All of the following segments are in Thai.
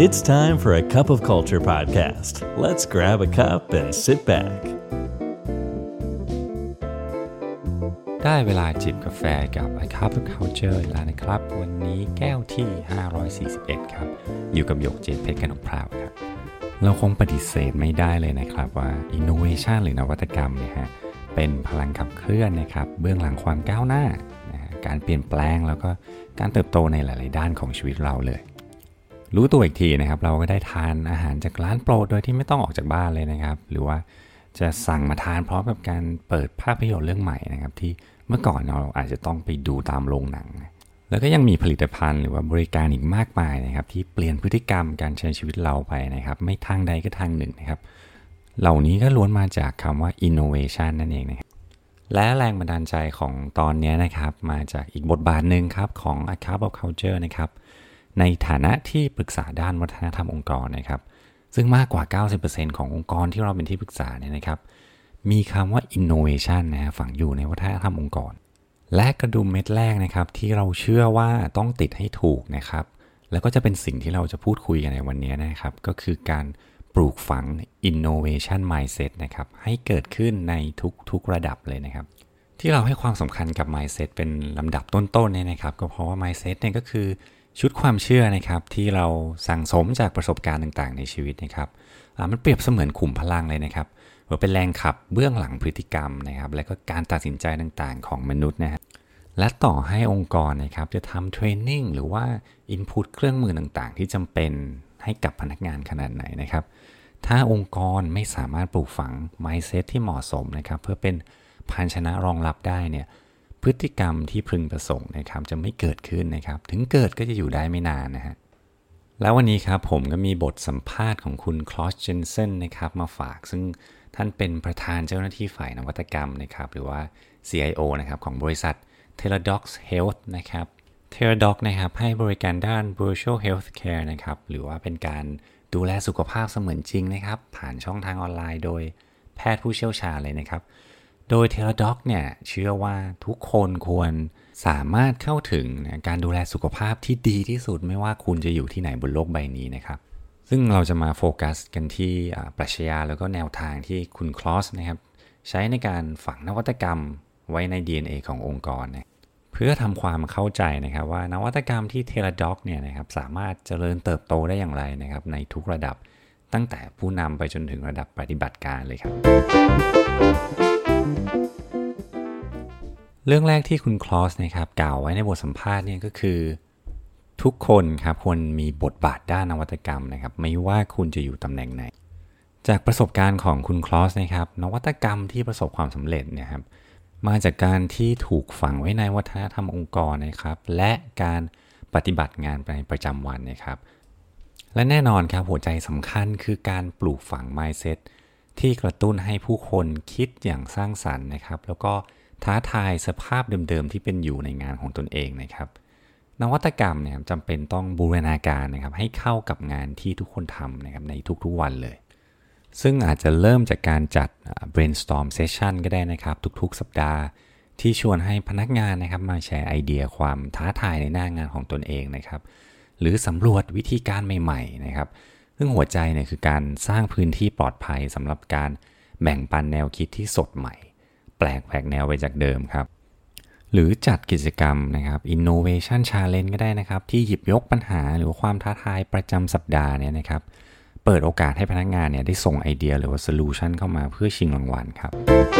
It's time for a cup of culture podcast. Let's grab a cup and sit back. ได้เวลาจิบกาแฟกับ A Cup of Culture แล้วนะครับวันนี้แก้วที่541ครับอยู่กับหยกเจตเพชรกนกพราวครับเราคงปฏิเสธไม่ได้เลยนะครับว่า innovation หรือนวัตกรรมเนี่ยฮะเป็นพลังขับเคลื่อนนะครับเบื้องหลังความก้าวหน้าการเปลี่ยนแปลงแล้วก็การเติบโตในหลายๆด้านของชีวิตเราเลยรู้ตัวอีกทีนะครับเราก็ได้ทานอาหารจากร้านโปรดโดยที่ไม่ต้องออกจากบ้านเลยนะครับหรือว่าจะสั่งมาทานพร้อมกับการเปิดภาพยนตร์เรื่องใหม่นะครับที่เมื่อก่อนเราอาจจะต้องไปดูตามโรงหนังแล้วก็ยังมีผลิตภัณฑ์หรือว่าบริการอีกมากมายนะครับที่เปลี่ยนพฤติกรรมการใช้ชีวิตเราไปนะครับไม่ทางใดก็ทางหนึ่งนะครับเหล่านี้ก็ล้วนมาจากคำว่า innovation นั่นเองนะครับและแรงบันดาลใจของตอนนี้นะครับมาจากอีกบทบาทหนึ่งครับของ A Cup of Culture นะครับในฐานะที่ปรึกษาด้านวัฒนธรรมองค์กรนะครับซึ่งมากกว่า 90% ขององค์กรที่เราเป็นที่ปรึกษาเนี่ยนะครับมีคำว่า innovation นะฮะฝังอยู่ในวัฒนธรรมองค์กรและกระดุมเม็ดแรกนะครับที่เราเชื่อว่าต้องติดให้ถูกนะครับแล้วก็จะเป็นสิ่งที่เราจะพูดคุยกันในวันนี้นะครับก็คือการปลูกฝัง innovation mindset นะครับให้เกิดขึ้นในทุกระดับเลยนะครับที่เราให้ความสำคัญกับ mindset เป็นลำดับต้นๆเนี่ยนะครับก็เพราะว่า mindset เนี่ยก็คือชุดความเชื่อนะครับที่เราสั่งสมจากประสบการณ์ต่างๆในชีวิตนะครับมันเปรียบเสมือนขุมพลังเลยนะครับว่าเป็นแรงขับเบื้องหลังพฤติกรรมนะครับและก็การตัดสินใจต่างๆของมนุษย์นะฮะและต่อให้องค์กรนะครับจะทำเทรนนิ่งหรือว่าอินพุตเครื่องมือต่างๆที่จำเป็นให้กับพนักงานขนาดไหนนะครับถ้าองค์กรไม่สามารถปลูกฝัง mindset ที่เหมาะสมนะครับเพื่อเป็นภาชนะรองรับได้เนี่ยพฤติกรรมที่พึงประสงค์นะครับจะไม่เกิดขึ้นนะครับถึงเกิดก็จะอยู่ได้ไม่นานนะฮะแล้ววันนี้ครับผมก็มีบทสัมภาษณ์ของคุณคลอสเจนเซนนะครับมาฝากซึ่งท่านเป็นประธานเจ้าหน้าที่ฝ่ายนวัตกรรมนะครับหรือว่า CIO นะครับของบริษัท Teladoc Health นะครับ Teladoc นะครับให้บริการด้าน virtual healthcare นะครับหรือว่าเป็นการดูแลสุขภาพเสมือนจริงนะครับผ่านช่องทางออนไลน์โดยแพทย์ผู้เชี่ยวชาญเลยนะครับโดย Teladoc เนี่ยเชื่อว่าทุกคนควรสามารถเข้าถึงการดูแลสุขภาพที่ดีที่สุดไม่ว่าคุณจะอยู่ที่ไหนบนโลกใบนี้นะครับซึ่งเราจะมาโฟกัสกันที่ปรัชญาแล้วก็แนวทางที่คุณคลอสนะครับใช้ในการฝังนวัตกรรมไว้ใน DNA ขององค์กรนะเพื่อทำความเข้าใจนะครับว่านวัตกรรมที่ Teladoc เนี่ยนะครับสามารถเจริญเติบโตได้อย่างไรนะครับในทุกระดับตั้งแต่ผู้นำไปจนถึงระดับปฏิบัติการเลยครับเรื่องแรกที่คุณคลอสนะครับกล่าวไว้ในบทสัมภาษณ์เนี่ยก็คือทุกคนครับควรมีบทบาทด้านนวัตกรรมนะครับไม่ว่าคุณจะอยู่ตำแหน่งไหนจากประสบการณ์ของคุณคลอสนะครับนวัตกรรมที่ประสบความสำเร็จเนี่ยครับมาจากการที่ถูกฝังไว้ในวัฒนธรรมองค์กรนะครับและการปฏิบัติงานในประจำวันนะครับและแน่นอนครับหัวใจสำคัญคือการปลูกฝัง mindset ที่กระตุ้นให้ผู้คนคิดอย่างสร้างสรรค์นะครับแล้วก็ท้าทายสภาพเดิมๆที่เป็นอยู่ในงานของตนเองนะครับนวัตกรรมเนี่ยจำเป็นต้องบูรณาการนะครับให้เข้ากับงานที่ทุกคนทำนะครับในทุกๆวันเลยซึ่งอาจจะเริ่มจากการจัด brainstorm session ก็ได้นะครับทุกๆสัปดาห์ที่ชวนให้พนักงานนะครับมาแชร์ไอเดียความท้าทายในหน้างานของตนเองนะครับหรือสำรวจวิธีการใหม่ๆนะครับซึ่งหัวใจเนี่ยคือการสร้างพื้นที่ปลอดภัยสำหรับการแบ่งปันแนวคิดที่สดใหม่แปลกแหวกแนวไปจากเดิมครับหรือจัดกิจกรรมนะครับ Innovation Challenge ก็ได้นะครับที่หยิบยกปัญหาหรือความท้าทายประจำสัปดาห์เนี่ยนะครับเปิดโอกาสให้พนักงานเนี่ยได้ส่งไอเดียหรือว่า Solution เข้ามาเพื่อชิงรางวัลครับ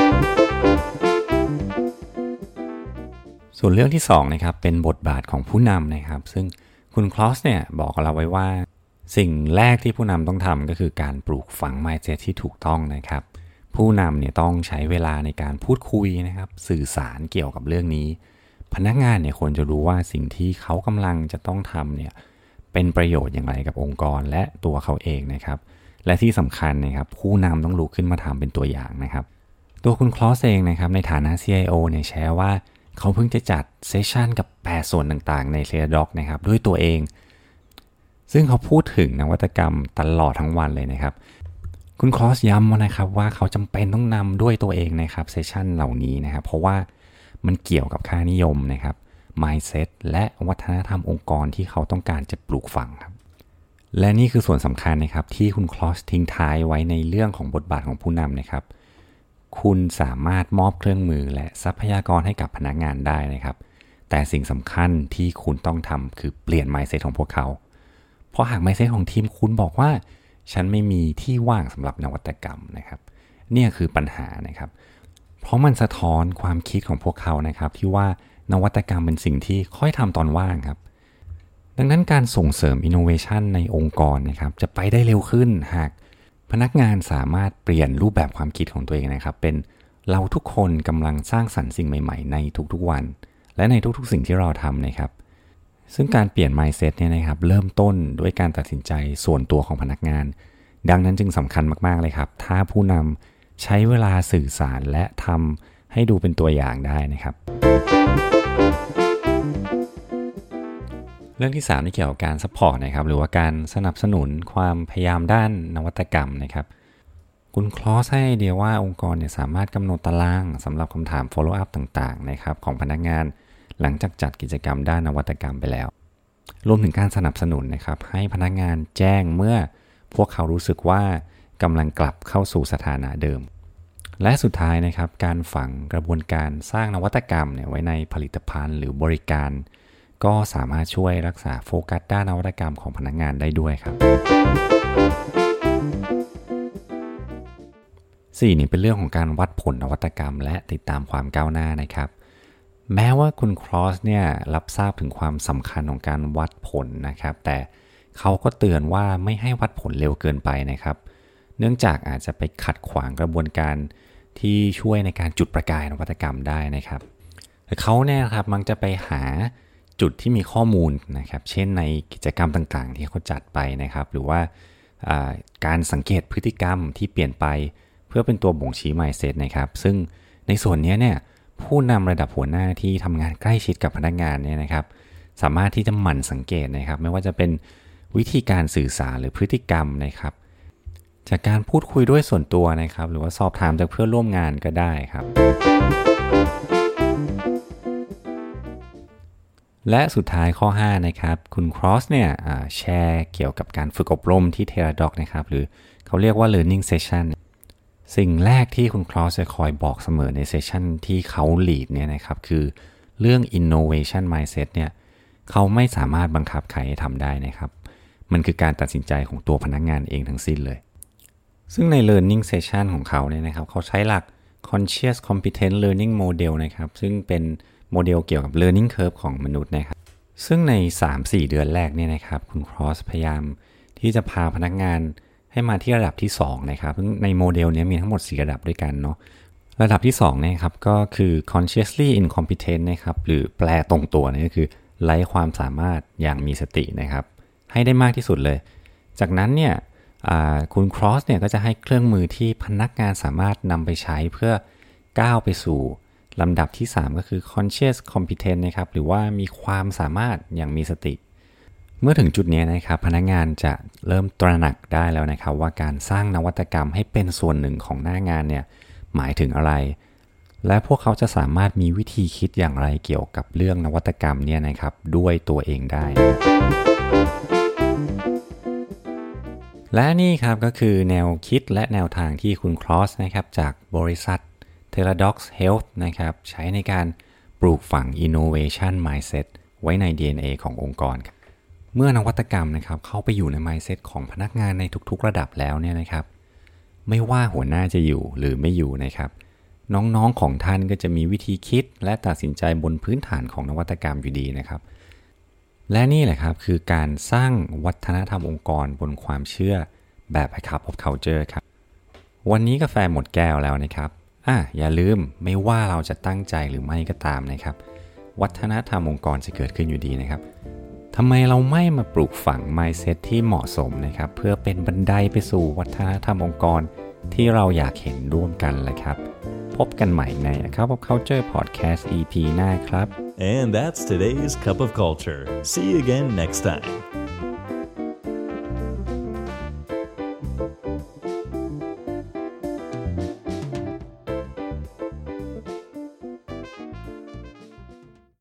ส่วนเรื่องที่2นะครับเป็นบทบาทของผู้นำนะครับซึ่งคุณคลอสเนี่ยบอกเราไว้ว่าสิ่งแรกที่ผู้นำต้องทำก็คือการปลูกฝัง mindset ที่ถูกต้องนะครับผู้นำเนี่ยต้องใช้เวลาในการพูดคุยนะครับสื่อสารเกี่ยวกับเรื่องนี้พนักงานเนี่ยควรจะรู้ว่าสิ่งที่เขากำลังจะต้องทำเนี่ยเป็นประโยชน์อย่างไรกับองค์กรและตัวเขาเองนะครับและที่สำคัญนะครับผู้นำต้องลุกขึ้นมาทำเป็นตัวอย่างนะครับตัวคุณคลอสเองนะครับในฐานะ CIO เนี่ยแชร์ว่าเขาเพิ่งจะจัดเซสชั่นกับ8ส่วนต่างๆใน Teladoc นะครับด้วยตัวเองซึ่งเขาพูดถึงนวัตกรรมตลอดทั้งวันเลยนะครับคุณคลอสย้ำนะครับว่าเขาจำเป็นต้องนำด้วยตัวเองนะครับเซสชั่นเหล่านี้นะครับเพราะว่ามันเกี่ยวกับค่านิยมนะครับ mindset และวัฒนธรรมองค์กรที่เขาต้องการจะปลูกฝังครับและนี่คือส่วนสำคัญนะครับที่คุณคลอสทิ้งท้ายไว้ในเรื่องของบทบาทของผู้นำนะครับคุณสามารถมอบเครื่องมือและทรัพยากรให้กับพนักงานได้นะครับแต่สิ่งสำคัญที่คุณต้องทำคือเปลี่ยน mindset ของพวกเขาเพราะหาก mindset ของทีมคุณบอกว่าฉันไม่มีที่ว่างสำหรับนวัตกรรมนะครับเนี่ยคือปัญหานะครับเพราะมันสะท้อนความคิดของพวกเขานะครับที่ว่านวัตกรรมเป็นสิ่งที่ค่อยทำตอนว่างครับดังนั้นการส่งเสริม innovation ในองค์กรนะครับจะไปได้เร็วขึ้นหากพนักงานสามารถเปลี่ยนรูปแบบความคิดของตัวเองนะครับเป็นเราทุกคนกำลังสร้างสรรค์สิ่งใหม่ๆในทุกๆวันและในทุกๆสิ่งที่เราทำนะครับซึ่งการเปลี่ยน mindset เนี่ยนะครับเริ่มต้นด้วยการตัดสินใจส่วนตัวของพนักงานดังนั้นจึงสำคัญมากๆเลยครับถ้าผู้นำใช้เวลาสื่อสารและทำให้ดูเป็นตัวอย่างได้นะครับเรื่องที่3ที่เกี่ยวกับการซัพพอร์ตนะครับหรือว่าการสนับสนุนความพยายามด้านนวัตกรรมนะครับคุณคลอสให้ไอเดียว่าองค์กรเนี่ยสามารถกำหนดตารางสำหรับคำถาม follow up ต่างๆนะครับของพนักงานหลังจากจัดกิจกรรมด้านนวัตกรรมไปแล้วรวมถึงการสนับสนุนนะครับให้พนักงานแจ้งเมื่อพวกเขารู้สึกว่ากำลังกลับเข้าสู่สถานะเดิมและสุดท้ายนะครับการฝังกระบวนการสร้างนวัตกรรมเนี่ยไว้ในผลิตภัณฑ์หรือบริการก็สามารถช่วยรักษาโฟกัสด้านนวัตกรรมของพนักงานได้ด้วยครับ4นี่เป็นเรื่องของการวัดผลนวัตกรรมและติดตามความก้าวหน้านะครับแม้ว่าคุณครอสเนี่ยรับทราบถึงความสำคัญของการวัดผลนะครับแต่เขาก็เตือนว่าไม่ให้วัดผลเร็วเกินไปนะครับเนื่องจากอาจจะไปขัดขวางกระบวนการที่ช่วยในการจุดประกายนวัตกรรมได้นะครับแต่เขาเนี่ยครับมักจะไปหาจุดที่มีข้อมูลนะครับเช่นในกิจกรรมต่างๆที่เขาจัดไปนะครับหรือว่าการสังเกตพฤติกรรมที่เปลี่ยนไปเพื่อเป็นตัวบ่งชี้ mindset นะครับซึ่งในส่วนนี้เนี่ยผู้นำระดับหัวหน้าที่ทำงานใกล้ชิดกับพนักงานเนี่ยนะครับสามารถที่จะหมั่นสังเกตนะครับไม่ว่าจะเป็นวิธีการสื่อสารหรือพฤติกรรมนะครับจากการพูดคุยด้วยส่วนตัวนะครับหรือว่าสอบถามจากเพื่อนร่วมงานก็ได้ครับและสุดท้ายข้อ5นะครับคุณครอสเนี่ยแชร์เกี่ยวกับการฝึกอบรมที่ Teladoc นะครับหรือเขาเรียกว่า learning session สิ่งแรกที่คุณครอสจะคอยบอกเสมอในเซสชันที่เขาลีดเนี่ยนะครับคือเรื่อง innovation mindset เนี่ยเขาไม่สามารถบังคับใครให้ทำได้นะครับมันคือการตัดสินใจของตัวพนักงานเองทั้งสิ้นเลยซึ่งใน learning session ของเขาเนี่ยนะครับเขาใช้หลัก conscious competent learning model นะครับซึ่งเป็นโมเดลเกี่ยวกับ learning curve ของมนุษย์นะครับซึ่งใน 3-4 เดือนแรกเนี่ยนะครับคุณครอสพยายามที่จะพาพนักงานให้มาที่ระดับที่2นะครับในโมเดลนี้มีทั้งหมด4ระดับด้วยกันเนาะระดับที่2นะครับก็คือ consciously incompetent นะครับหรือแปลตรงตัวนี่ก็คือไร้ความสามารถอย่างมีสตินะครับให้ได้มากที่สุดเลยจากนั้นเนี่ยคุณครอสเนี่ยก็จะให้เครื่องมือที่พนักงานสามารถนำไปใช้เพื่อก้าวไปสู่ลำดับที่3ก็คือ conscious competent นะครับหรือว่ามีความสามารถอย่างมีสติเมื่อถึงจุดนี้นะครับพนักงานจะเริ่มตระหนักได้แล้วนะครับว่าการสร้างนวัตกรรมให้เป็นส่วนหนึ่งของหน้างานเนี่ยหมายถึงอะไรและพวกเขาจะสามารถมีวิธีคิดอย่างไรเกี่ยวกับเรื่องนวัตกรรมเนี่ยนะครับด้วยตัวเองได้และนี่ครับก็คือแนวคิดและแนวทางที่คุณครอสนะครับจากบริษัท Teladoc Health นะครับใช้ในการปลูกฝัง innovation mindset ไว้ใน DNA ขององค์กรครับเมื่อนวัตกรรมนะครับเข้าไปอยู่ใน mindset ของพนักงานในทุกๆระดับแล้วเนี่ยนะครับไม่ว่าหัวหน้าจะอยู่หรือไม่อยู่นะครับน้องๆของท่านก็จะมีวิธีคิดและตัดสินใจบนพื้นฐานของนวัตกรรมอยู่ดีนะครับและนี่แหละครับคือการสร้างวัฒนธรรมองค์กรบนความเชื่อแบบ A Cup of Culture ครับวันนี้กาแฟหมดแก้วแล้วนะครับอย่าลืมไม่ว่าเราจะตั้งใจหรือไม่ก็ตามนะครับวัฒนธรรมองค์กรจะเกิดขึ้นอยู่ดีนะครับทำไมเราไม่มาปลูกฝัง mindset ที่เหมาะสมนะครับเพื่อเป็นบันไดไปสู่วัฒนธรรมองค์กรที่เราอยากเห็นร่วมกันเลยครับพบกันใหม่ใน A Cup of Culture Podcast EP หน้าครับ And that's today's Cup of Culture. See you again next time.